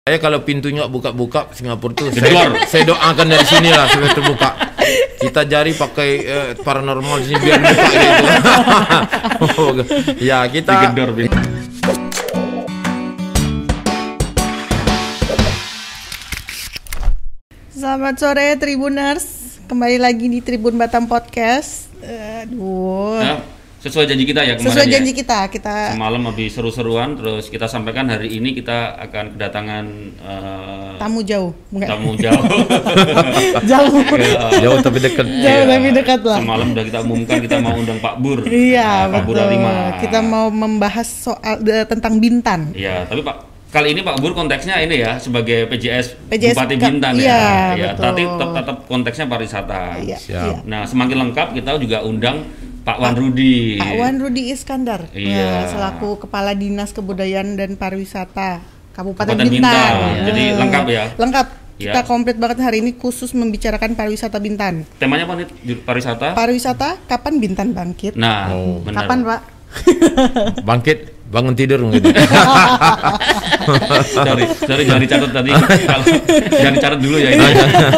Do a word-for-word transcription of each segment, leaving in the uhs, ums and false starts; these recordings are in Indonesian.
Saya kalau pintunya buka-buka Singapura tuh saya, saya doakan dari sini lah supaya terbuka. Kita jari pakai eh, paranormal sini biar buka gitu. Ya kita. Selamat sore Tribuners, kembali lagi di Tribun Batam Podcast. Aduh. Ya, sesuai janji kita ya kemarin. Sesuai janji ya. kita, kita semalam habis seru-seruan, terus kita sampaikan hari ini kita akan kedatangan uh, tamu jauh, enggak? Tamu jauh. jauh. Ya, jauh tapi dekat. Jauh ya, tapi dekat lah. Semalam udah kita umumkan kita mau undang Pak Bur. Iya, Pak betul. Bur lima. Kita mau membahas soal de, tentang Bintan. Iya, tapi Pak kali ini Pak Bur konteksnya ini ya sebagai P J S, P J S Bupati Ka- Bintan iya, ya. Ya, betul. tapi tetap, tetap konteksnya pariwisata. Iya, Siap. iya. Nah, semakin lengkap kita juga undang Pak Wan Rudi. Pak Wan Rudi Iskandar, Iya. ya, selaku Kepala Dinas Kebudayaan dan Pariwisata Kabupaten, Kabupaten Bintan. Bintan. Ya. Jadi lengkap ya? Lengkap. Ya. Kita komplit banget hari ini khusus membicarakan pariwisata Bintan. Temanya apa nih? Pariwisata? Pariwisata, kapan Bintan bangkit? Nah, Oh. benar. Kapan, Pak? Bangkit, bangun tidur gitu. sorry, sorry jangan dicatat tadi. Kalau jangan dicatat dulu ya ini.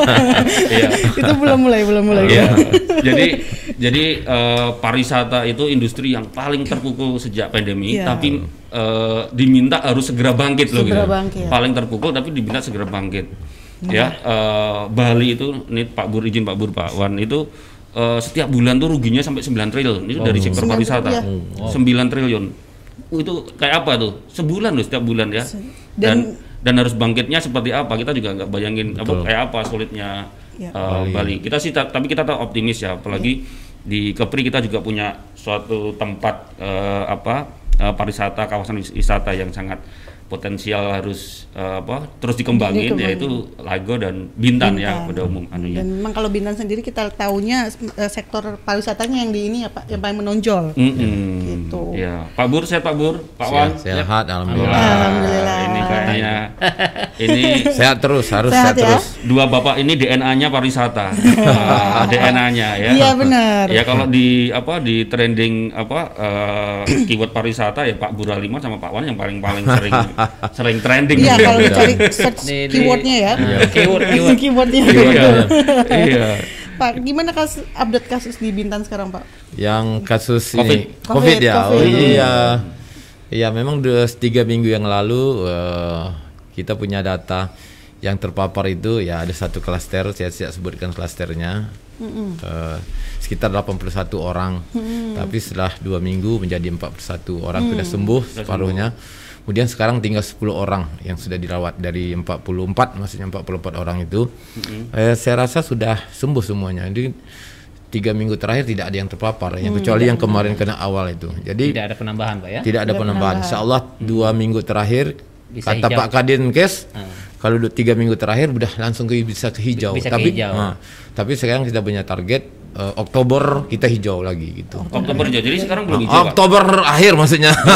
Iya. Itu belum mulai, belum mulai. Iya. Jadi jadi eh, pariwisata itu industri yang paling terpukul sejak pandemi, Iya. tapi eh, diminta harus segera bangkit loh Segera gitu. bangkit. Paling terpukul tapi diminta segera bangkit. Ya, eh, Bali itu nih Pak Bur izin Pak Bur Pak Wan itu eh, setiap bulan tuh ruginya sampai sembilan triliun. Itu dari sektor Sembilan, pariwisata. iya. sembilan triliun. Uh, itu kayak apa tuh? Sebulan loh setiap bulan ya. Dan- Dan dan harus bangkitnya seperti apa? Kita juga nggak bayangin apa kayak apa sulitnya Ya. uh, Bali. Kita sih ta- tapi kita tahu optimis ya, apalagi di Kepri kita juga punya suatu tempat uh, apa uh, pariwisata, kawasan wis- wisata yang sangat potensial harus uh, apa terus dikembangin, Dikembangin. yaitu Lago dan Bintan, ya Bintan. pada umum anunya. Dan memang kalau Bintan sendiri kita tahunya eh, sektor pariwisatanya yang di ini ya Pak, yang paling menonjol. Mm-mm. Gitu. Ya, Pak Bur, sehat Pak Bur, Pak Wan. Sehat, Ya. sehat, alhamdulillah. Alhamdulillah. Ini kayaknya ini Sehat terus, harus Sehat sehat, ya? terus. dua bapak ini D N A-nya pariwisata. uh, D N A-nya ya. Iya benar. Ya kalau di apa di trending apa uh, keyword pariwisata ya Pak Buralima sama Pak Wan yang paling-paling sering sering trending. Iya kalau dicari search Ini- ini- keywordnya ya. Iya, keyword, keyword. Keywordnya. Iya. Iya. Pak, gimana kasus update kasus di Bintan sekarang Pak? Yang kasus Covid. ini Covid, COVID ya. Covid. Oh iya. Iya, memang dua tiga minggu yang lalu eh, kita punya data yang terpapar itu ya ada satu klaster, saya tidak sebutkan klasternya. Eh, sekitar delapan puluh satu orang. Tapi setelah dua minggu menjadi empat puluh satu orang sudah sembuh separuhnya. Kemudian sekarang tinggal sepuluh orang yang sudah dirawat dari empat puluh empat, maksudnya empat puluh empat orang itu. Eh, saya rasa sudah sembuh semuanya. Jadi tiga minggu terakhir tidak ada yang terpapar, yang kecuali yang kemarin kena awal itu. Jadi Tidak ada penambahan Pak ya? tidak ada Tidak penambahan. penambahan. Insya Allah dua minggu terakhir Bisa kata hijau. Pak Kadinkes, Hmm. kalau du- tiga minggu terakhir udah langsung ke, bisa ke hijau. Bisa ke tapi hijau. nah, tapi sekarang kita punya target eh, Oktober kita hijau lagi gitu. Oktober hijau. Jadi sekarang belum hijau, Pak. Oktober akhir maksudnya. Oh,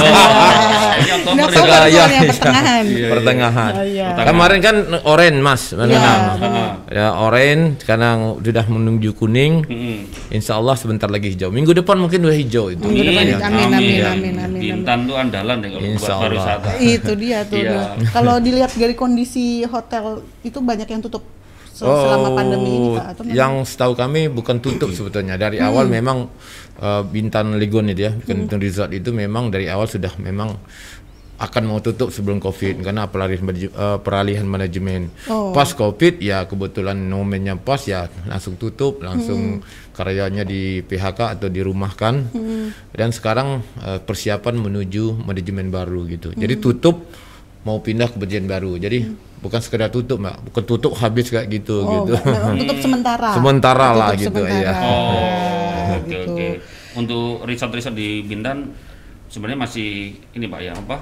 ini Oktober Nah, ya, Oktober Pak. iya, soalnya iya. pertengahan. Pertengahan. Oh, iya. Kemarin kan orange Mas, mana Iya, nama? benar. Ya orange, sekarang sudah menuju kuning. Mm-mm. Insya Allah sebentar lagi hijau. Minggu depan mungkin udah hijau itu. Minggu depan, Ya. amin, amin, amin, amin, Bintan tuh andalan deh kalau buat Insya Allah. pariwisata. Itu dia tuh. Iya. Kalau dilihat dari kondisi hotel itu banyak yang tutup se- selama pandemi ini Pak atau memang- yang setahu kami bukan tutup sebetulnya dari awal memang uh, Bintan Legon itu ya, Bintan Resort itu memang dari awal sudah memang akan mau tutup sebelum Covid karena peralihan manaje- uh, peralihan manajemen. Oh. Pas Covid ya kebetulan momennya pas ya langsung tutup, langsung karyawannya di P H K atau dirumahkan. Dan sekarang uh, persiapan menuju manajemen baru gitu. Jadi tutup mau pindah ke manajemen baru. Jadi bukan sekedar tutup, Mbak. Bukan tutup habis kayak gitu Oh, gitu. memang tutup sementara. Sementara lah Tutup gitu, sementara. iya. Oh, oke gitu. oke. Untuk riset-riset di Bintan sebenarnya masih ini Pak ya apa?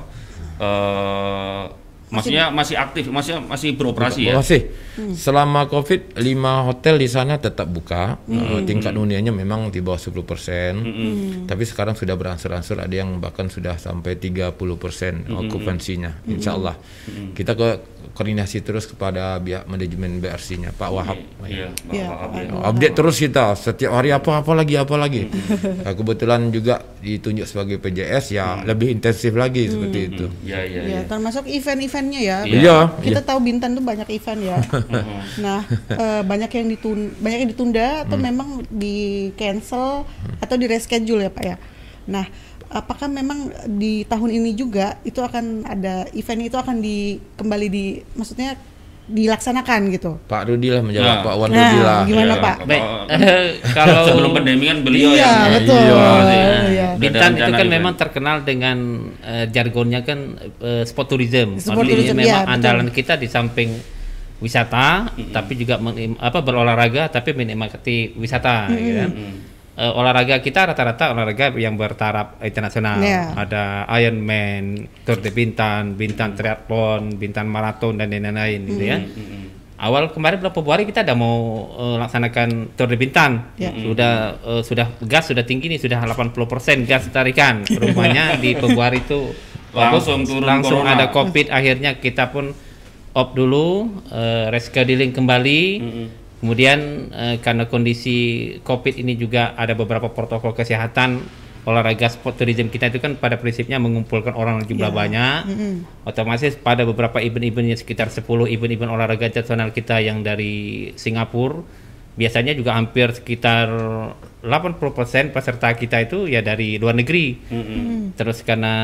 Eh maksudnya masih aktif, masih masih beroperasi ya. Masih. Selama Covid, lima hotel di sana tetap buka. Eh, tingkat huniannya memang di bawah sepuluh persen. Tapi sekarang sudah berangsur-angsur ada yang bahkan sudah sampai tiga puluh persen okupansinya. Insya Allah. Kita ke koordinasi terus kepada pihak manajemen B R C-nya Pak Wahab. Iya, Pak Iya, Wahab, Pak ya. Wahab. Update terus kita setiap hari apa apa lagi apa lagi. Nah, kebetulan juga ditunjuk sebagai P J S ya lebih intensif lagi seperti itu. Iya, iya, Ya, iya. termasuk event-eventnya ya. Iya. Kita iya. tahu Bintan tuh banyak event ya. Nah, eh, banyak yang ditunda, banyak yang ditunda atau memang di cancel atau di reschedule ya Pak ya. Nah, apakah memang di tahun ini juga itu akan ada event itu akan di kembali di maksudnya dilaksanakan gitu? Pak Rudi lah menjawab, Nah. Pak Wan Nah, Rudi lah. gimana, Iya, Pak? Baik, Kalau- eh, kalau sebelum pandemi kan beliau Iya, yang betul. Iya. Iya. Bintan itu rencana kan event. memang terkenal dengan eh, jargonnya kan eh, sport tourism. Sport Artinya tourism, memang ya, betul. andalan kita di samping wisata, tapi juga menim- apa berolahraga, tapi menikmati wisata. Gitu kan. Eh, olahraga kita rata-rata olahraga yang bertaraf internasional. Iya. Ada Ironman, Tour de Bintan, Bintan Triathlon, Bintan Marathon dan lain-lain gitu ya. Awal kemarin bulan Februari kita udah mau eh, laksanakan Tour de Bintan. Ya. Sudah eh, sudah gas sudah tinggi nih, sudah delapan puluh persen gas tarikan. Rupanya di Februari itu Langsung turun langsung corona. ada Covid, akhirnya kita pun off dulu, eh, rescheduling kembali. Kemudian eh, karena kondisi Covid ini juga ada beberapa protokol kesehatan, olahraga sport tourism kita itu kan pada prinsipnya mengumpulkan orang jumlah Ya. banyak. Otomatis pada beberapa event-eventnya sekitar sepuluh event-event olahraga nasional kita yang dari Singapura, biasanya juga hampir sekitar delapan puluh persen peserta kita itu ya dari luar negeri. Terus karena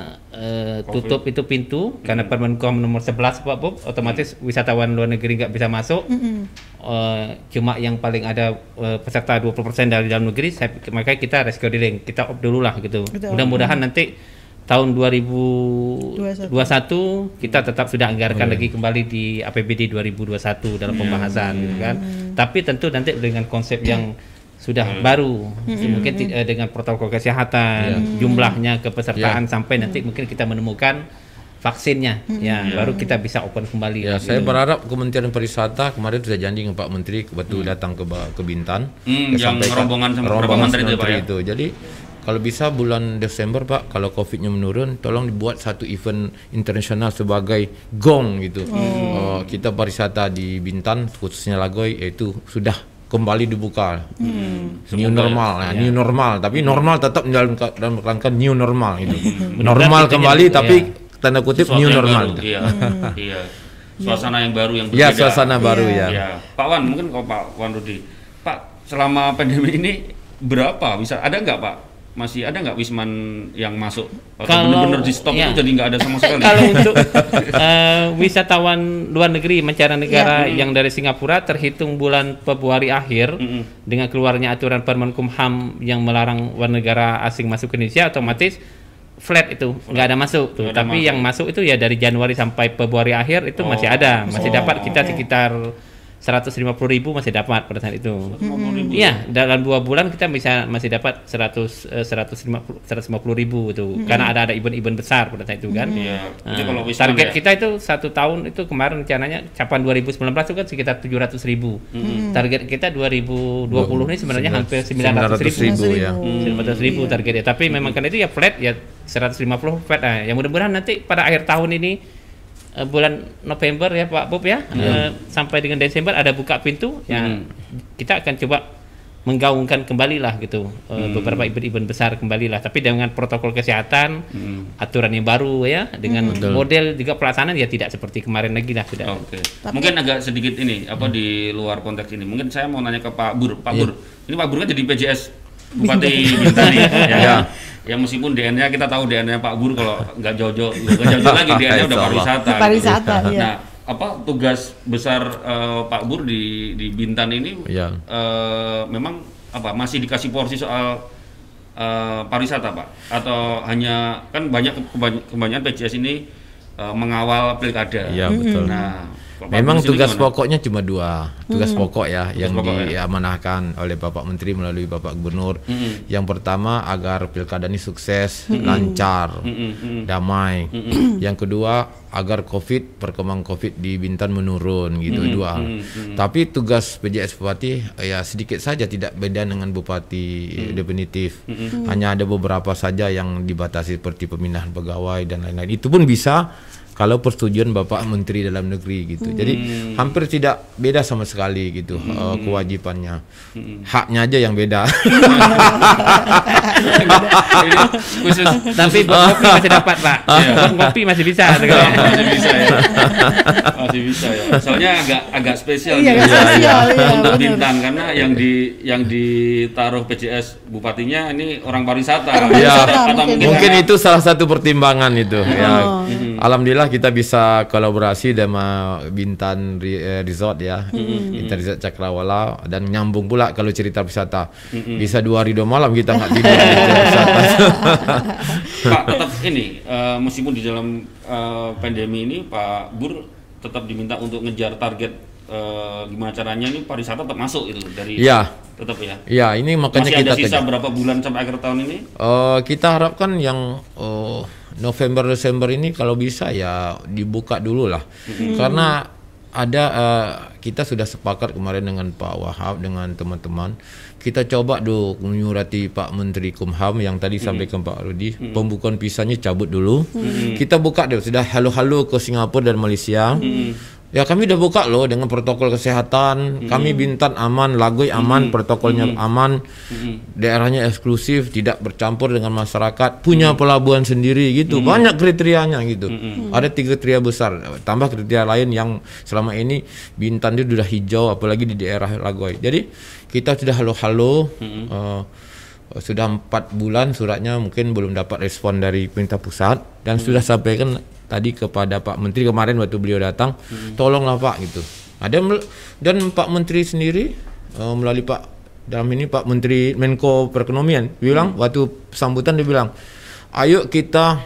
eh, tutup itu pintu karena Permenkom nomor sebelas Pak Bob, otomatis wisatawan luar negeri nggak bisa masuk. Eh, cuma yang paling ada eh, peserta dua puluh persen dari dalam negeri, saya, makanya kita rescheduling, kita off dulu lah gitu. Betul. Mudah-mudahan nanti tahun dua ribu dua puluh satu kita tetap sudah anggarkan lagi kembali di A P B D dua ribu dua puluh satu dalam pembahasan gitu kan. Tapi tentu nanti dengan konsep yang sudah baru, mungkin ti- eh, dengan protokol kesehatan, jumlahnya kepesertaan sampai nanti mungkin kita menemukan vaksinnya, ya baru kita bisa open kembali. Ya, saya berharap Kementerian Pariwisata kemarin sudah janji dengan Pak Menteri betul datang ke Ba- ke Bintan. Hmm, Dia yang sampaikan- rombongan sama beberapa rombongan menteri itu, Pak, ya? itu. Jadi kalau bisa bulan Desember Pak, kalau Covid-nya menurun, tolong dibuat satu event internasional sebagai gong gitu. Oh, kita pariwisata di Bintan khususnya Lagoy yaitu sudah kembali dibuka. New Semoga normal, ya. ya, new normal, tapi normal tetap dalam dalam rangka new normal itu. Benar-benar Normal kita kembali jadi- tapi ya. tanda kutip Sesuatu new yang normal. baru, iya. Iya. Suasana yang baru yang Ya, berbeda. suasana baru ya. Ya, Pak Wan, mungkin kalau Pak Wan Rudi, Pak, selama pandemi ini berapa bisa ada nggak Pak? Masih ada nggak wisman yang masuk? Atau Kalau- benar-benar di stop ya. itu jadi nggak ada sama sekali? Kalau untuk eh, wisatawan luar negeri mancanegara yang dari Singapura terhitung bulan Februari akhir Mm-mm. dengan keluarnya aturan Permenkumham yang melarang warga negara asing masuk ke Indonesia, otomatis flat itu nggak ada masuk tuh. Nggak ada Tapi masuk. yang masuk itu ya dari Januari sampai Februari akhir itu masih ada, masih dapat kita oke. sekitar seratus lima puluh ribu masih dapat pada saat itu. lima puluh ribu. Iya, dalam dua bulan kita bisa masih dapat seratus eh, seratus lima puluh seratus lima puluh ribu itu karena ada ada event-event besar pada saat itu kan. Iya. Itu Nah, kalau wisman target ya. kita itu satu tahun itu kemarin rencananya capai dua ribu sembilan belas itu kan sekitar tujuh ratus ribu. Target kita dua ribu dua puluh ini sebenarnya hampir sembilan ratus ribu. ribu ya. sembilan ratus ribu targetnya. Tapi memang kan itu ya flat ya seratus lima puluh flat. Nah, yang mudah-mudahan nanti pada akhir tahun ini eh, bulan November ya Pak Bob ya eh, sampai dengan Desember ada buka pintu ya kita akan coba menggaungkan kembali lah gitu eh, beberapa event-event besar kembali lah tapi dengan protokol kesehatan aturan yang baru ya dengan model juga pelaksanaan ya tidak seperti kemarin lagi lah sudah. Oke. Mungkin agak sedikit ini apa di luar konteks ini. Mungkin saya mau nanya ke Pak Bur. Pak Bur, ini Pak Bur kan jadi P J S Bupati Bintan nih, ya. Ya. Ya meskipun D N-nya kita tahu D N-nya Pak Bur kalau nggak jauh-jauh, nggak jauh-jauh lagi D N-nya udah Insya Allah. pariwisata. Pariwisata, gitu. iya. Nah, apa tugas besar eh, Pak Bur di di Bintan ini Ya. eh, memang apa masih dikasih porsi soal eh, pariwisata Pak? Atau hanya kan banyak kebany- kebanyakan P J S ini eh, mengawal pilkada. Iya, betul. Nah, kalau Pak Memang Bur sendiri tugas gimana? pokoknya cuma dua, tugas pokok ya yang pokok ya. diamanahkan oleh Bapak Menteri melalui Bapak Gubernur. Mm-mm. Yang pertama agar pilkada ini sukses, lancar, Mm-mm, mm-mm. damai. Yang kedua agar Covid, perkembangan Covid di Bintan menurun gitu dua hal. Tapi tugas P J S Bupati ya sedikit saja tidak beda dengan Bupati definitif. Hanya ada beberapa saja yang dibatasi seperti pemindahan pegawai dan lain-lain. Itu pun bisa kalau persetujuan Bapak Menteri Dalam Negeri gitu. Jadi Hmm. hampir tidak beda sama sekali gitu uh, kewajibannya. Haknya aja yang beda. Ini khusus Tapi buat kopi masih dapat Pak. Iya. Buat kopi masih bisa. masih bisa ya. Masih bisa ya. Soalnya agak agak spesial Iya, nih, agak spesial, iya, untuk benar. Bintan karena yang di yang ditaruh P J S bupatinya ini orang pariwisata. Orang Iya. pariwisata Atau mungkin. Mungkin Ya. itu salah satu pertimbangan itu. Ya. Oh. Alhamdulillah kita bisa kolaborasi dengan Bintan Re- eh, Resort ya, Bintan Resort Cakrawala, dan nyambung pula kalau cerita wisata. Bisa dua hari dua malam kita nggak tidur. Cerita wisata. Pak, tetap ini eh, meskipun di dalam eh, pandemi ini Pak Bur tetap diminta untuk ngejar target eh, gimana caranya ini pariwisata tetap masuk itu dari Iya. tetap ya. Ya, ini makanya Masih kita ada sisa kejar. berapa bulan sampai akhir tahun ini? Eh, kita harapkan yang eh, November Desember ini kalau bisa ya dibuka dulu lah, karena ada eh, kita sudah sepakat kemarin dengan Pak Wahab dengan teman-teman, kita coba dulu menyurati Pak Menteri Kumham yang tadi sampaikan Pak Rudi, pembukaan visanya cabut dulu, kita buka dulu sudah halo-halo ke Singapura dan Malaysia. Ya kami udah buka loh dengan protokol kesehatan, kami Bintan aman, Lagoy aman, protokolnya aman, daerahnya eksklusif, tidak bercampur dengan masyarakat, punya pelabuhan sendiri gitu, banyak kriterianya gitu. Ada tiga kriteria besar, tambah kriteria lain yang selama ini Bintan itu sudah hijau, apalagi di daerah Lagoy. Jadi kita sudah halo-halo, eh, sudah empat bulan suratnya mungkin belum dapat respon dari pemerintah pusat dan sudah sampaikan tadi kepada Pak Menteri kemarin waktu beliau datang, tolonglah Pak gitu. Ada mel- dan Pak Menteri sendiri uh, melalui Pak dalam ini Pak Menteri Menko Perekonomian bilang waktu sambutan dia bilang, ayo kita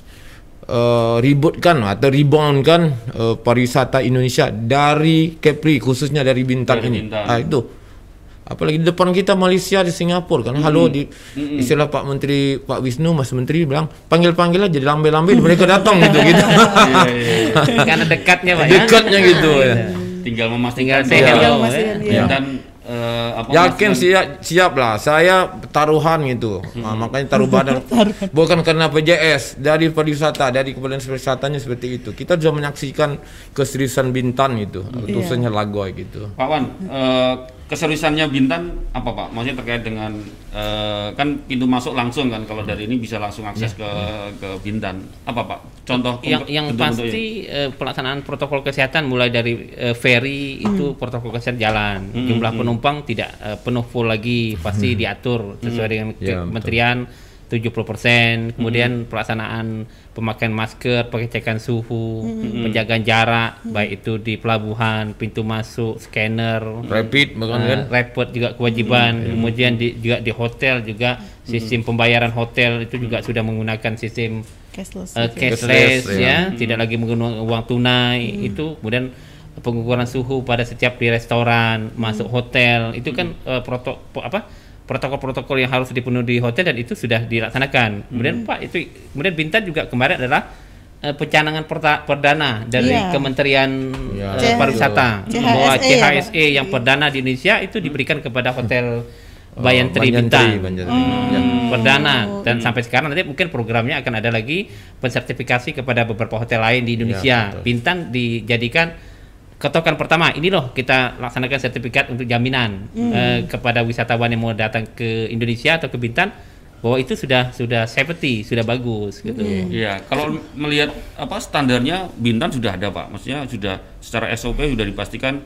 uh, rebootkan atau reboundkan uh, pariwisata Indonesia dari Kepri khususnya dari Bintan Dari ini. Bintan. Ah, itu. Apalagi di depan kita Malaysia di Singapura kan, halo di istilah Pak Menteri Pak Wisnu Mas Menteri bilang panggil-panggil aja lambe-lambe mereka datang gitu gitu. Iya, iya, iya. Karena dekatnya Pak ya. Dekatnya gitu ya. Tinggal memastikan Tinggal say bahwa hello, memastikan, ya. iya. dan eh, apa Yakin memastikan- siap siap lah, saya taruhan gitu. Nah, makanya taruh badan bukan karena P J S, dari pariwisata, dari kemudian pariwisatanya seperti itu. Kita sudah menyaksikan keseriusan Bintan itu, khususnya Lagoy gitu. Pak Wan, eh, keseriusannya Bintan apa Pak? Maksudnya terkait dengan eh, kan pintu masuk langsung kan, kalau dari ini bisa langsung akses ke ke Bintan. Apa Pak? Contoh yang bentuk- yang bentuk-bentuknya. pasti eh, pelaksanaan protokol kesehatan mulai dari eh, ferry itu protokol kesehatan jalan, jumlah penumpang tidak eh, penuh full lagi, pasti diatur sesuai dengan Ya, kementerian tujuh puluh persen, kemudian pelaksanaan pemakaian masker, pengecekan suhu, penjagaan jarak, baik itu di pelabuhan, pintu masuk, scanner, Rapid bahkan eh, kan. repot juga kewajiban, kemudian di, juga di hotel juga sistem pembayaran hotel itu juga sudah menggunakan sistem Cashless. uh, gitu ya. cashless Cashless, ya, ya. tidak lagi menggunakan uang tunai itu, kemudian pengukuran suhu pada setiap di restoran, masuk hotel itu kan uh, proto po- apa protokol-protokol yang harus dipenuhi di hotel dan itu sudah dilaksanakan. Kemudian Pak itu kemudian Bintan juga kemarin adalah uh, pencanangan perta- perdana dari Iya. Kementerian Ya, uh, C- Pariwisata C H S E bahwa ya, C H S E Pak? yang perdana di Indonesia itu diberikan kepada Hotel Bayantri Banjantri, Bintan. Banjantri. Ya. Perdana dan sampai sekarang nanti mungkin programnya akan ada lagi pensertifikasi kepada beberapa hotel lain di Indonesia. betul. Bintan dijadikan ketokan pertama. Ini loh kita laksanakan sertifikat untuk jaminan eh, kepada wisatawan yang mau datang ke Indonesia atau ke Bintan bahwa itu sudah sudah safety, sudah bagus gitu. Iya, kalau melihat apa standarnya Bintan sudah ada Pak. Maksudnya sudah secara S O P sudah dipastikan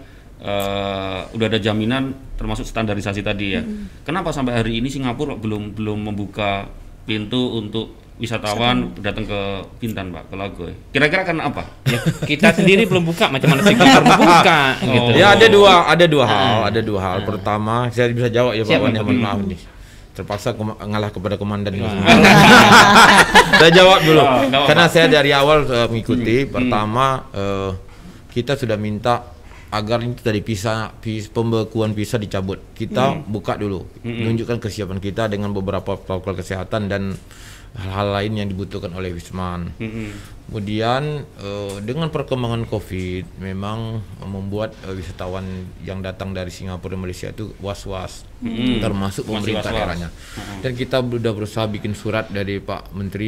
eh, udah ada jaminan termasuk standarisasi tadi ya. Kenapa sampai hari ini Singapura belum belum membuka pintu untuk wisatawan datang ke Bintan Pak, ke Lagoy? Kira-kira karena apa? Ya, kita sendiri belum buka, macam mana Singapura mau buka gitu. Ya ada dua, ada dua hal, ada dua hal. Pertama, saya bisa jawab ya Pak Siap, Wan, ya, Pak. mohon maaf nih. Terpaksa kema- ngalah kepada komandan. Saya jawab dulu, Oh, nggak apa-apa. karena saya dari awal uh, mengikuti. Pertama, uh, kita sudah minta agar ini tadi visa, vis- pembekuan visa dicabut. Kita buka dulu, menunjukkan kesiapan kita dengan beberapa protokol kesehatan dan hal-hal lain yang dibutuhkan oleh Wisman. Kemudian eh, dengan perkembangan COVID memang eh, membuat eh, wisatawan yang datang dari Singapura dan Malaysia itu was-was, termasuk Masih pemerintah was-was. daerahnya. Dan kita sudah berusaha bikin surat dari Pak Menteri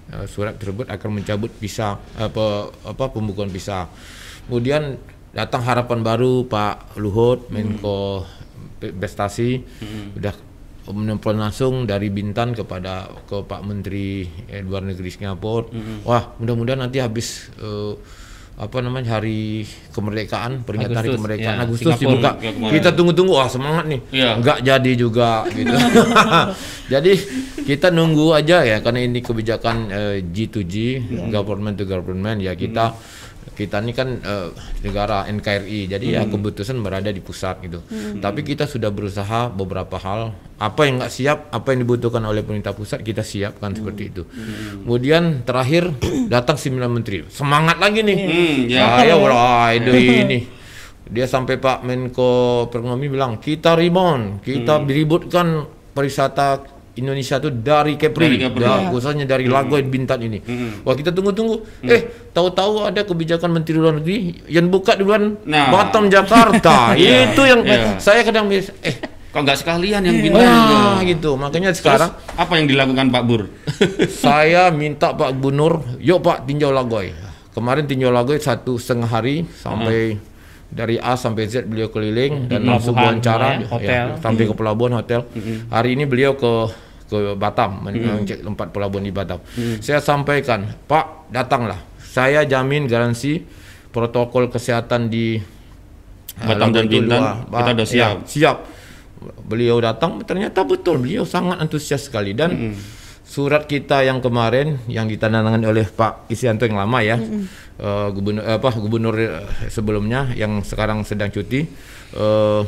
uh, surat tersebut akan mencabut visa apa apa pembukuan visa. Kemudian datang harapan baru Pak Luhut Menko Investasi hmm. udah menelpon langsung dari Bintan kepada ke Pak Menteri eh, Luar Negeri Singapura. Hmm. Wah, mudah-mudahan nanti habis uh, apa namanya hari kemerdekaan, peringatan hari kemerdekaan ya, Agustus dibuka. Kita tunggu-tunggu, wah semangat nih. Ya. Enggak jadi juga gitu. Jadi kita nunggu aja ya, karena ini kebijakan uh, G to G, hmm. government to government ya, kita hmm. kita ini kan uh, negara N K R I, jadi hmm. ya keputusan berada di pusat gitu. Hmm. Tapi kita sudah berusaha beberapa hal, apa yang nggak siap, apa yang dibutuhkan oleh pemerintah pusat kita siapkan hmm. seperti itu. Hmm. Kemudian terakhir datang sembilan menteri, semangat lagi nih. Hmm, ya. Saya wah ini dia sampai Pak Menko Perekonomian bilang kita rebound, kita hmm. ributkan pariwisata Indonesia tuh dari Kepri, ya, khususnya dari Lagoy hmm. Bintan ini. Hmm. Wah kita tunggu-tunggu, hmm. eh tahu-tahu ada kebijakan Menteri Luar Negeri yang buka duluan nah. Batam Jakarta. Itu yang yeah. saya kadang eh kok nggak sekalian yang Bintan nah, gitu. Makanya sekarang terus, apa yang dilakukan Pak Bur? Saya minta Pak Gubernur, yuk Pak tinjau Lagoy. Kemarin tinjau Lagoy satu setengah hari sampai uh-huh. dari A sampai Z beliau keliling dan langsung wawancara ya, hotel. Ya, sampai ke pelabuhan hotel. Mm-hmm. Hari ini beliau ke ke Batam mengecek mm-hmm. tempat pelabuhan di Batam. Mm-hmm. Saya sampaikan, Pak datanglah. Saya jamin garansi protokol kesehatan di Batam uh, dan Bintan kita sudah siap. Ya, siap. Beliau datang, ternyata betul beliau sangat antusias sekali dan mm-hmm. surat kita yang kemarin yang ditandatangani oleh Pak Isianto yang lama ya, mm-hmm. uh, gubernur apa gubernur sebelumnya yang sekarang sedang cuti uh,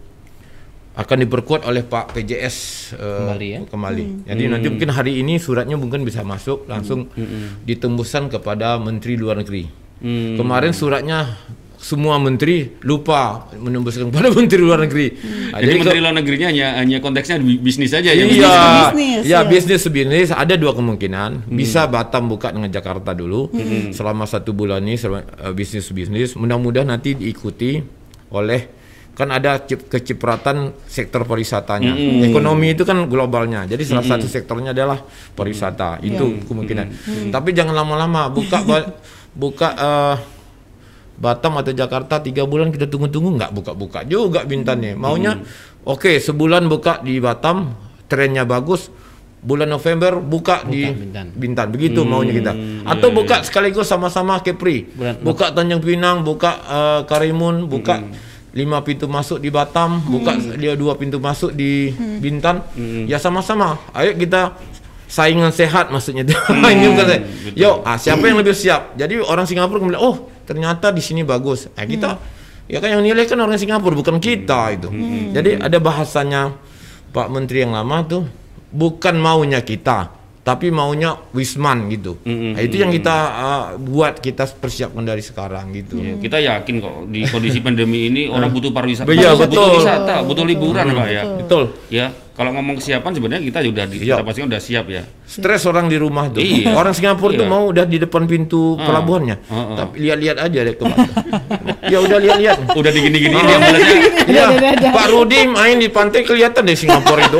akan diperkuat oleh Pak P J S uh, kembali. Ya? kembali. Mm-hmm. Jadi mm-hmm. nanti mungkin hari ini suratnya mungkin bisa masuk langsung mm-hmm. ditembuskan kepada Menteri Luar Negeri. Mm-hmm. Kemarin suratnya semua menteri lupa menembuskan kepada Menteri Luar Negeri. Hmm. Nah, jadi, jadi Menteri Luar Negerinya hanya hanya konteksnya bisnis saja ya. Iya, bisnis, ya, ya bisnis bisnis ada dua kemungkinan. Hmm. Bisa Batam buka dengan Jakarta dulu hmm. selama satu bulan ini uh, bisnis bisnis. Mudah-mudahan nanti diikuti oleh kan ada kecipratan sektor pariwisatanya. Hmm. Ekonomi itu kan globalnya. Jadi salah hmm. satu sektornya adalah pariwisata. Hmm. Itu yeah. kemungkinan. Hmm. Tapi jangan lama-lama buka buka. Uh, Batam atau Jakarta tiga bulan kita tunggu-tunggu nggak buka-buka juga Bintannya. Maunya hmm. oke okay, sebulan buka di Batam, trennya bagus. Bulan November buka, buka di Bintan. Bintan. Begitu hmm. maunya kita. Atau yeah, buka yeah. sekaligus sama-sama Kepri. Bulan, buka Tanjung Pinang, buka uh, Karimun, buka hmm. lima pintu masuk di Batam, hmm. buka dia dua pintu masuk di hmm. Bintan. Hmm. Ya sama-sama. Ayo kita saingan sehat maksudnya. Hmm. Ini saya. Yo, ah, siapa yang lebih siap? Jadi orang Singapura bilang, "Oh, ternyata di sini bagus." Nah, kita hmm. ya kan yang nilai kan orang Singapura bukan kita itu. Hmm. Jadi ada bahasanya Pak Menteri yang lama tuh bukan maunya kita, tapi maunya Wisman gitu. Hmm. Nah, itu yang kita uh, buat kita persiapkan dari sekarang gitu. Ya, kita yakin kok di kondisi pandemi ini orang butuh pariwisata, ya, butuh betul. wisata, butuh liburan hmm. Pak ya. Betul. Ya. Kalau ngomong kesiapan sebenarnya kita sudah di, kita pastikan udah siap ya. Stres orang di rumah tuh. Iya. Orang Singapura iya. tuh mau udah di depan pintu uh, pelabuhannya. Uh, uh. Tapi lihat-lihat aja deh kemana. Ya udah lihat-lihat. Udah digini-gini uh, ya, Pak Rudi main di pantai kelihatan deh Singapura itu.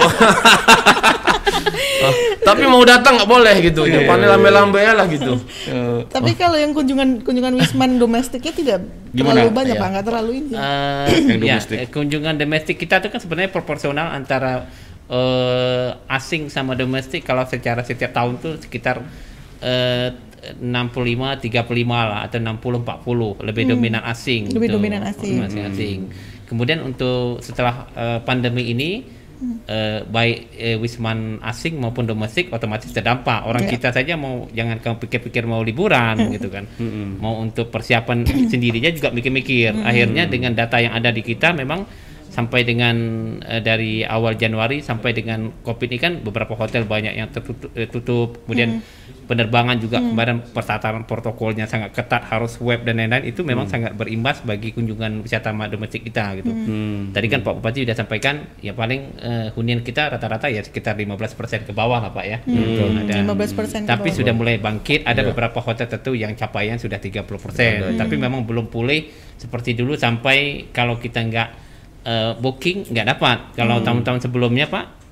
uh, tapi mau datang nggak boleh gitu. Ya, pantai lambe-lambe lah gitu. Uh, tapi uh. kalau yang kunjungan kunjungan Wisman domestiknya tidak Gimana? terlalu banyak, ya. Pak, nggak terlalu ini. Uh, yang domestik. Ya, kunjungan domestik kita itu kan sebenarnya proporsional antara Uh, asing sama domestik. Kalau secara setiap tahun tuh sekitar uh, enam puluh lima tiga puluh lima lah atau enam puluh empat puluh lebih hmm. dominan asing. Lebih gitu. dominan asing. Asing-asing. Hmm. Kemudian untuk setelah uh, pandemi ini hmm. uh, baik uh, Wisman asing maupun domestik otomatis terdampak. Orang yeah. kita saja mau jangan kamu pikir-pikir mau liburan hmm. gitu kan. Hmm. Mau untuk persiapan sendirinya juga mikir-mikir. Hmm. Akhirnya dengan data yang ada di kita memang sampai dengan uh, dari awal Januari sampai dengan Covid ini kan beberapa hotel banyak yang tertutup, eh, tutup. Kemudian hmm. penerbangan juga hmm. kemarin persyaratan protokolnya sangat ketat, harus web dan lain-lain. Itu memang hmm. sangat berimbas bagi kunjungan wisata domestik kita gitu. Hmm. Tadi kan Pak Bupati sudah sampaikan ya paling uh, hunian kita rata-rata ya sekitar lima belas persen ke bawah lah Pak ya. Hmm. Dan, lima belas persen tapi sudah mulai bangkit, ada yeah. beberapa hotel tertentu yang capaian sudah tiga puluh persen. Hmm. Tapi memang belum pulih seperti dulu sampai kalau kita nggak Uh, booking nggak dapat. Kalau hmm. tahun-tahun sebelumnya Pak,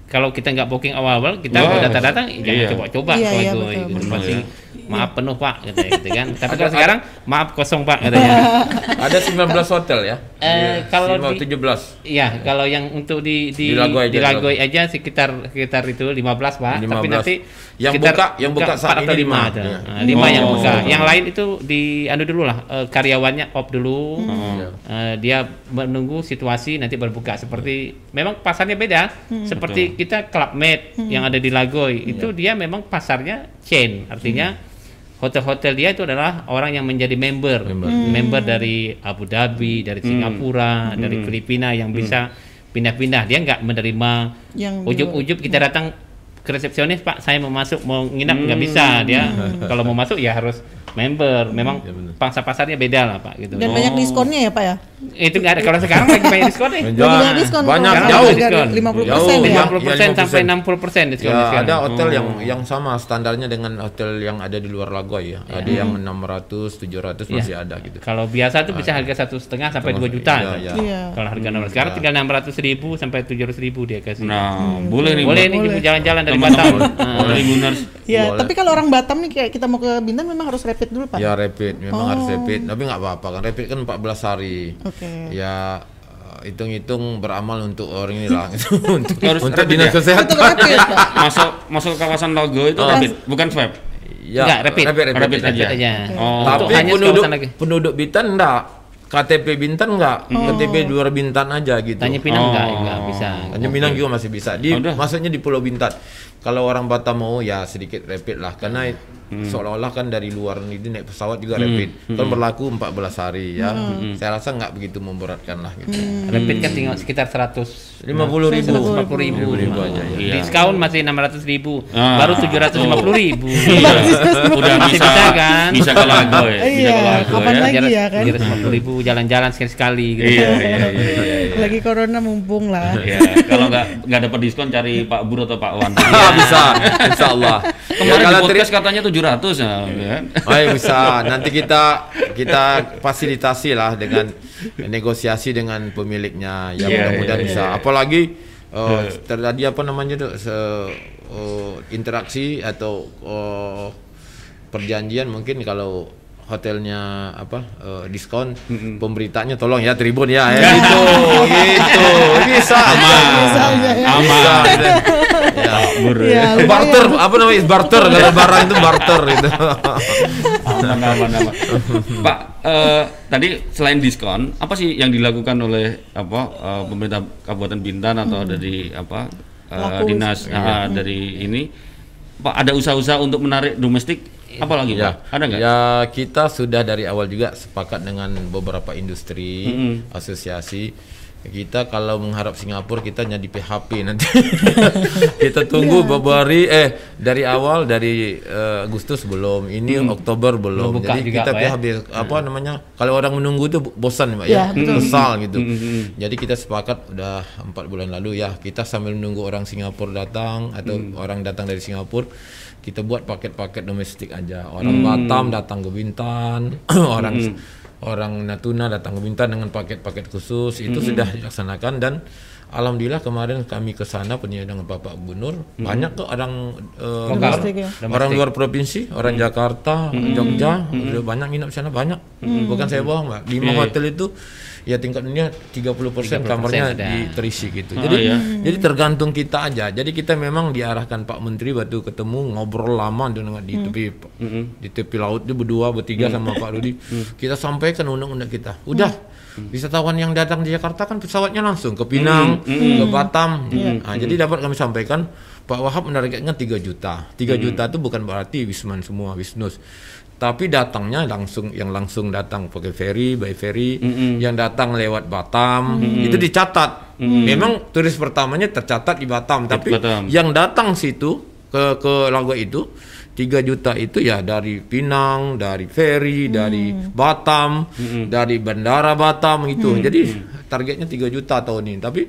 kalau kita nggak booking awal-awal, kita Wah, kalau datang-datang jangan iya. coba-coba Iya, kalau iya, itu betul, gitu. betul. Pasti Iya. maaf penuh Pak katanya gitu kan. Tapi kalau sekarang maaf kosong Pak katanya. Ada sembilan belas hotel ya. Eh, kalau di- tujuh belas. Iya, kalau yang untuk di di, Di Lagoy aja, di Lagoy di aja sekitar sekitar itu lima belas Pak. Tapi lima belas. nanti Yang sekitar buka- yang buka saat empat atau ini lima lima. ada. Iya. Nah, lima Oh. yang buka. Yang lain itu di anu dulu lah, eh, karyawannya off dulu. Iya. Eh, dia menunggu situasi nanti berbuka. Seperti memang pasarnya beda. Seperti kita Club Med yang ada di Lagoy itu dia memang pasarnya chain, artinya hotel-hotel dia itu adalah orang yang menjadi member, Member. member dari Abu Dhabi, dari Singapura, dari Filipina yang bisa pindah-pindah. Dia nggak menerima Yang di ujub-ujub kita datang ke resepsionis, Pak, saya mau masuk, mau nginap nggak bisa. Dia kalau mau masuk ya harus member. Memang Ya, benar. pangsa pasarnya beda lah, Pak, gitu. Dan banyak diskonnya ya Pak ya? Itu nggak ada. Kalau sekarang lagi banyak diskon nih. Banyak. Lagi banyak diskon. Banyak, Sekarang jauh. harga Diskon. lima puluh Jauh. persen ya? lima puluh persen Ya, sampai lima enam puluh persen diskon. Ya, sekarang. ada hotel Oh. yang yang sama standarnya dengan hotel yang ada di luar Lagoy ya. Ada yang enam ratus, tujuh ratus Iya. masih ada gitu. Kalau biasa tuh bisa harga satu setengah sampai dua juta. Iya, kan? iya. Iya. Kalau harga normal sekarang tinggal enam ratus ribu sampai tujuh ratus ribu dia kasih. Nah, boleh nih. Boleh buat nih Boleh. ibu jalan-jalan dari Batam. teman-teman. Ah. Boleh Tribuners. Ya, Boleh. tapi kalau orang Batam nih kayak kita mau ke Bintan memang harus rapid dulu Pak? Ya rapid, memang Oh. harus rapid. Tapi nggak apa-apa kan, rapid kan empat belas hari. Oke. Ya eh, hitung-hitung beramal untuk orang ini lah. untuk Harus untuk rapid dinas ya? kesehatan. Itu rapid Pak. Masuk masuk ke kawasan Lagoy itu Oh. rapid, bukan swab. Ya, Enggak, rapid. rapid, rapid, Rapid rapid. aja. Oh. Untuk Tapi hanya penduduk kawasan lagi. penduduk Bintan enggak. K T P Bintan enggak. K T P luar Bintan aja gitu. Tanya Pinang enggak, Oh. enggak bisa. Tanjung Pinang juga masih bisa. Di Oh, udah. maksudnya di Pulau Bintan. Kalau orang Batam mau ya sedikit rapid lah karena seolah-olah kan dari luar ini naik pesawat juga rapid. Kan berlaku empat belas hari ya. Saya rasa nggak begitu memberatkan lah gitu. Rapid kan tinggal sekitar seratus lima puluh ribu. seratus lima puluh ribu. lima puluh ribu aja ya. Iya. Diskon masih enam ratus ribu. Ah. Baru tujuh ratus lima puluh ribu. Udah Masih bisa, bisa kan? bisa ke Lagoy, bisa Iya, ke Lagoy kapan ya. lagi ya kan? tujuh ratus lima puluh ribu jalan-jalan sekali-sekali gitu. Iya, iya, iya, iya, iya. Lagi corona mumpung lah. Iya, kalau nggak nggak dapat diskon cari Pak Bur atau Pak Wan. Ah, bisa, insya Allah. Kemarin kalau di teri- podcast katanya tujuh ratus ya. kan? Oh, iya, bisa. Nanti kita kita fasilitasi lah dengan negosiasi dengan pemiliknya. Ya Iya, mudah-mudahan iya, bisa. iya. Apalagi eh, terjadi apa namanya tuh se- eh, interaksi atau eh, perjanjian mungkin kalau hotelnya apa eh, diskon pemberitanya tolong ya Tribun ya, ya gitu gitu bisa Bisa aja ya. Aman. ya. Bur. Iya, lumayan. barter apa namanya barter kalau barang itu barter itu Aman, aman, aman. Pak, eh, tadi selain diskon, apa sih yang dilakukan oleh apa eh, pemerintah Kabupaten Bintan atau dari apa eh, Laku. dinas ah, dari ini, Pak, ada usaha-usaha untuk menarik domestik? Apa lagi, ya, Pak? Ada nggak? ya kita sudah dari awal juga sepakat dengan beberapa industri, Mm-mm. asosiasi. Kita kalau mengharap Singapura kita jadi P H P nanti. Kita tunggu beberapa hari eh dari awal dari eh, Agustus belum, ini Oktober belum. Belum buka Jadi juga, kita Pak, P H P apa namanya? Kalau orang menunggu itu bosan Pak Ya, ya, betul. kesal gitu. Mm-mm. Jadi kita sepakat udah empat bulan lalu ya, kita sambil menunggu orang Singapura datang atau orang datang dari Singapura, kita buat paket-paket domestik aja. Orang Batam datang ke Bintan, orang orang Natuna datang ke Bintan dengan paket-paket khusus. Itu sudah dilaksanakan dan alhamdulillah kemarin kami ke sana penyia dengan Bapak Gubernur, banyak kok orang eh, luar, Domestik ya. orang luar provinsi, orang Jakarta, Jogja, udah banyak nginap di sana banyak. Bukan saya bohong, Mbak. Lima Iya. hotel itu ya tingkat dunia tiga puluh persen tiga puluh persen kamarnya ada. di terisi gitu. Oh, Jadi iya. jadi tergantung kita aja. Jadi kita memang diarahkan Pak Menteri waktu ketemu ngobrol lama dengan di tepi di tepi laut itu berdua bertiga sama Pak Rudi. Kita sampaikan undang-undang kita. Udah wisatawan yang datang di Jakarta kan pesawatnya langsung ke Pinang, ke Batam. Nah, jadi dapat kami sampaikan Pak Wahab menargetkan tiga juta. tiga juta itu bukan berarti Wisman semua, Wisnus. Tapi datangnya langsung, yang langsung datang pakai ferry, by ferry, yang datang lewat Batam, itu dicatat. Memang turis pertamanya tercatat di Batam, tapi Batam. yang datang situ ke ke Lagoy itu tiga juta itu ya dari Pinang, dari ferry, dari Batam, dari bandara Batam gitu. Jadi targetnya tiga juta tahun ini. Tapi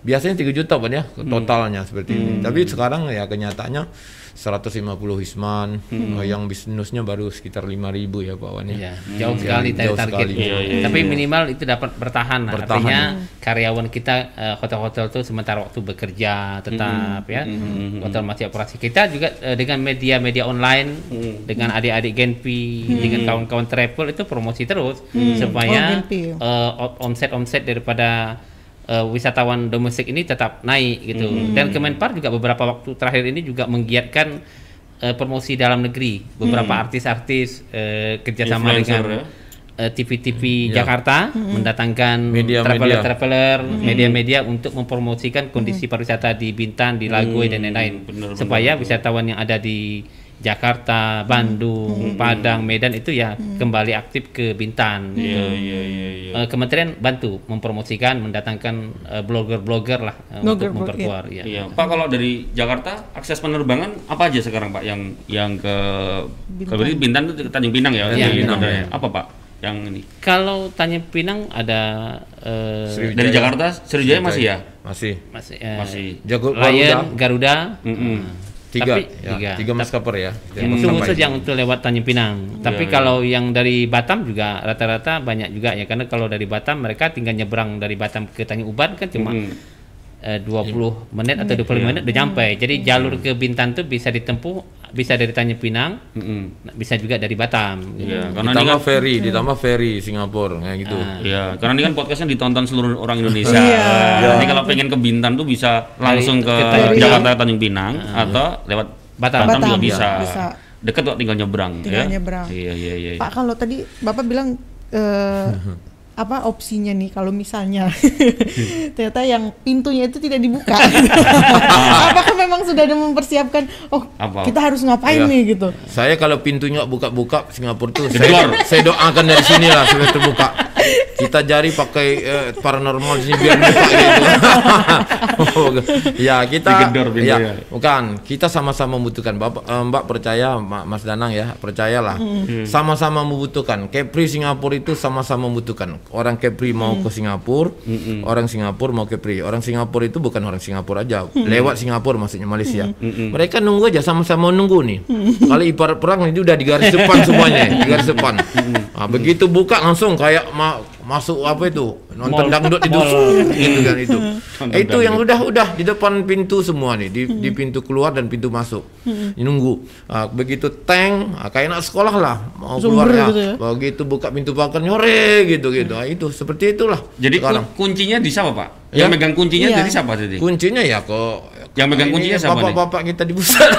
biasanya tiga juta Pak ya totalnya seperti ini. Tapi sekarang ya kenyataannya seratus lima puluh Wisman, hmm. yang bisnisnya baru sekitar lima ribu ya Pak Wan ya. Jauh ya, sekali dari jauh target. sekali. Iya, iya, Tapi iya. minimal itu dapat bertahan. bertahan. Artinya karyawan kita uh, hotel-hotel itu sementara waktu bekerja tetap hmm. ya. Hmm. Hotel masih operasi. Kita juga uh, dengan media-media online, hmm. dengan adik-adik Genpi, hmm. dengan kawan-kawan travel itu promosi terus hmm. supaya oh, uh, omset-omset daripada Uh, wisatawan domestik ini tetap naik gitu. Hmm. Dan Kemenpar juga beberapa waktu terakhir ini juga menggiatkan uh, promosi dalam negeri. Beberapa hmm. artis-artis uh, kerjasama Influencer, dengan ya? uh, T V T V hmm. Jakarta hmm. mendatangkan traveler-traveler, hmm. media-media untuk mempromosikan kondisi hmm. pariwisata di Bintan, di Lagoy hmm. dan lain-lain. Bener, supaya bener, wisatawan yang ada di Jakarta, Bandung, hmm. Padang, Medan itu ya hmm. kembali aktif ke Bintan. Iya, iya, iya, iya. Uh, Kementerian bantu mempromosikan, mendatangkan uh, blogger-blogger lah uh, untuk memperkuat. Iya. Iya. Pak, kalau dari Jakarta akses penerbangan apa aja sekarang Pak yang yang ke kalau di Bintan itu Tanjung Pinang ya? Iya, Pinang. ya. Apa Pak yang ini? Kalau Tanjung Pinang ada uh, dari Jakarta Sriwijaya masih ya? Masih. Masih. Uh, masih. Jago Lion, Garuda. Mm -hmm. uh, Tiga, tapi ya, tiga, tiga maskapai ya. Yang itu khusus yang untuk lewat Tanjung Pinang. Ya, tapi ya. kalau yang dari Batam juga rata-rata banyak juga ya, karena kalau dari Batam mereka tinggal nyebrang dari Batam ke Tanjung Uban kan cuma mm -hmm. uh, dua puluh menit atau dua puluh lima menit udah nyampe. Jadi jalur ke Bintan tuh bisa ditempuh, bisa dari Tanjung Pinang, mm -hmm. bisa juga dari Batam. Gitu. Ya, karena ditambah kan, ferry, hmm. ditambah ferry Singapura kayak gitu. Iya, uh, karena ini kan podcastnya ditonton seluruh orang Indonesia. Iya. Jadi kalau pengen ke Bintan tuh bisa langsung ke, ke Jakarta Tanjung Pinang uh, atau lewat Batam, Batam, Batam juga bisa. bisa. Dekat kok tinggal nyebrang. Tinggal ya? nyebrang. Iya, iya, iya. Pak, kalau tadi Bapak bilang uh, apa opsinya nih kalau misalnya ternyata yang pintunya itu tidak dibuka. Apakah memang sudah ada mempersiapkan oh apa? Kita harus ngapain ya. nih gitu. Saya kalau pintunya buka-buka Singapura tuh saya, saya doakan dari sini lah supaya terbuka. Kita jari pakai eh, paranormal di sini biar buka gitu. Ya kita ya, bukan kita sama-sama membutuhkan. Bapak eh, Mbak percaya Mas Danang ya, percayalah. Hmm. Sama-sama membutuhkan. Kepri Singapura itu sama-sama membutuhkan. Orang Kepri mau hmm. ke Singapura, hmm. orang Singapura mau Kepri. Orang Singapura itu bukan orang Singapura aja. Hmm. Lewat Singapura maksudnya Malaysia. Hmm. Mereka nunggu aja, sama-sama nunggu nih. Hmm. Kalau ibarat perang itu udah di garis depan semuanya, di garis depan. Nah, begitu buka langsung kayak ma masuk apa itu nonton Mall. dangdut itu gitu kan itu itu yang udah udah di depan pintu semua nih di, hmm. di pintu keluar dan pintu masuk hmm. nunggu nah, begitu tank nah, kayak anak sekolah lah mau keluar ya gitu ya? Begitu buka pintu pagar nyore gitu gitu nah, itu seperti itulah jadi sekarang. Kuncinya di siapa Pak yang ya? Megang kuncinya iya. Dari siapa tadi kuncinya ya kok yang megang kuncinya siapa bapak-bapak kita di pusat.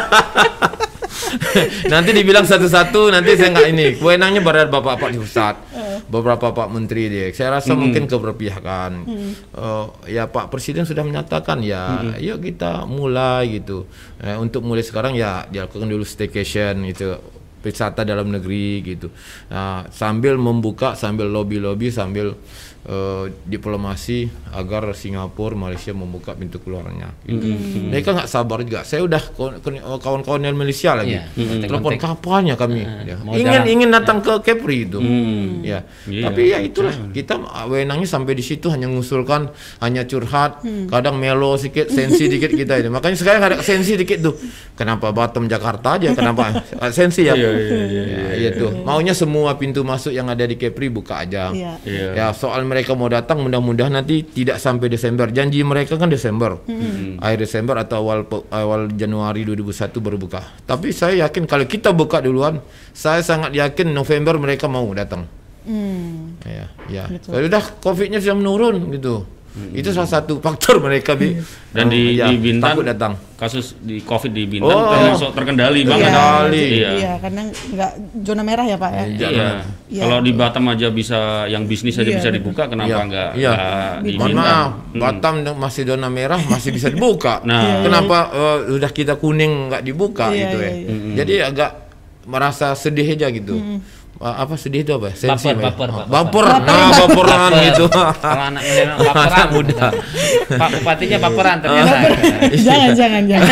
Nanti dibilang satu-satu, nanti saya nggak ini. Kewenangnya berada bapak-bapak di pusat, beberapa pak menteri dia. Saya rasa hmm. mungkin keberpihakan. Hmm. Uh, ya Pak Presiden sudah menyatakan ya, hmm. yuk kita mulai gitu. Eh, untuk mulai sekarang ya dilakukan dulu staycation itu. Wisata dalam negeri gitu. Nah, sambil membuka, sambil lobby-lobby, sambil uh, diplomasi agar Singapura, Malaysia membuka pintu keluarnya. Gitu. Mm-hmm. Mereka nggak sabar juga. Saya udah kawan-kawan dari Malaysia lagi. Yeah. Mm-hmm. Telepon kapannya kami. Uh, ya. Ingin ingin datang yeah. ke Kepri itu. Mm. Ya. Yeah. Tapi ya itulah kita wenangnya sampai di situ hanya mengusulkan, hanya curhat, mm. kadang melo sedikit, sensi dikit kita ini. Makanya sekarang ada sensi dikit tuh. Kenapa Batam Jakarta aja? Kenapa sensi ya? Yeah. Iya, iya, iya, ya, itu maunya semua pintu masuk yang ada di Kepri buka aja. Iya. Ya soal mereka mau datang mudah-mudahan nanti tidak sampai Desember. Janji mereka kan Desember, hmm. akhir Desember atau awal awal Januari dua ribu satu baru buka. Tapi saya yakin kalau kita buka duluan, saya sangat yakin November mereka mau datang. Hmm. Ya, ya. Gitu. Kalau udah COVID-nya sudah menurun gitu. Hmm. Itu salah satu faktor mereka bi dan di, ya, di Bintan takut datang. Kasus di COVID di Bintan oh, termasuk terkendali banget. Terkendali. Iya, iya, karena nggak zona merah ya Pak ya. Iya. iya. iya. Kalau di Batam aja bisa yang bisnis aja iya, bisa dibuka, kenapa iya. nggak iya. di Mohon maaf, hmm. Batam masih zona merah masih bisa dibuka. Nah, kenapa uh, udah kita kuning nggak dibuka iya, gitu ya. Iya, iya. Jadi agak merasa sedih aja gitu. Hmm. Ah, apa sedih itu apa? Sensi, Baper, Pak, ya? baper, Oh, Pak, baper, baper. nah baperan gitu. Kalau anak milenial baperan Anak muda. Pak Bupatinya baperan ternyata. jangan jangan jangan.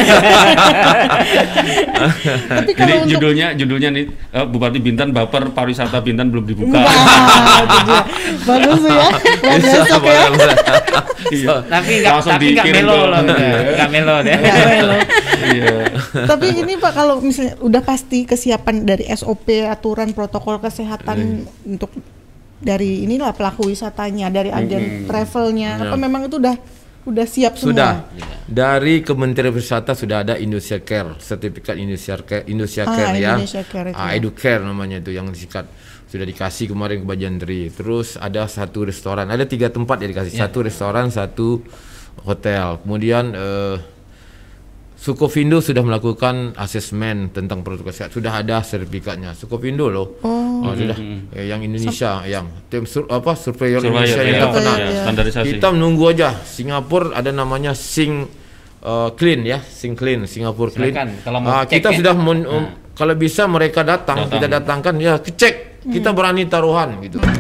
Tapi Jadi kalau untuk judulnya judulnya nih eh, Bupati Bintan baper pariwisata Bintan belum dibuka. Wah, itu dia. Bagus ya. Buat Bisa, besok ya. boleh, boleh. Iya. Tapi nggak Langsung tapi nggak dikirim melo ke- loh, nggak melo deh. Nggak melo. Iya. Tapi ini Pak, kalau misalnya udah pasti kesiapan dari S O P, aturan protokol kesehatan untuk dari inilah pelaku wisatanya, dari agen travelnya, apa Ya. memang itu udah udah siap Sudah. semua? Dari Kementerian Wisata sudah ada Indonesia Care, sertifikat Indonesia Care, Indonesia Ah, Care ya. Indonesia Care itu Ah, ya. Educare namanya itu yang disikat. Sudah dikasih kemarin ke Bajandri. Terus ada satu restoran, ada tiga tempat ya dikasih. Satu restoran, satu hotel. Kemudian eh, Sukovindo sudah melakukan asesmen tentang protokol kesehatan. Sudah ada sertifikatnya. Sukovindo loh. Oh. Oh, sudah. Eh, yang Indonesia, yang tim sur, apa surveyor Surveyor, Indonesia yang ya, terkenal. ya, standarisasi. Kita menunggu aja. Singapura ada namanya Sing uh, Clean ya, Sing Clean, Singapura Clean. Silakan, kalau mau Ah, cek kita ya. sudah men- um, kalau bisa mereka datang, Datang. kita datangkan ya, cek. Kita berani taruhan gitu.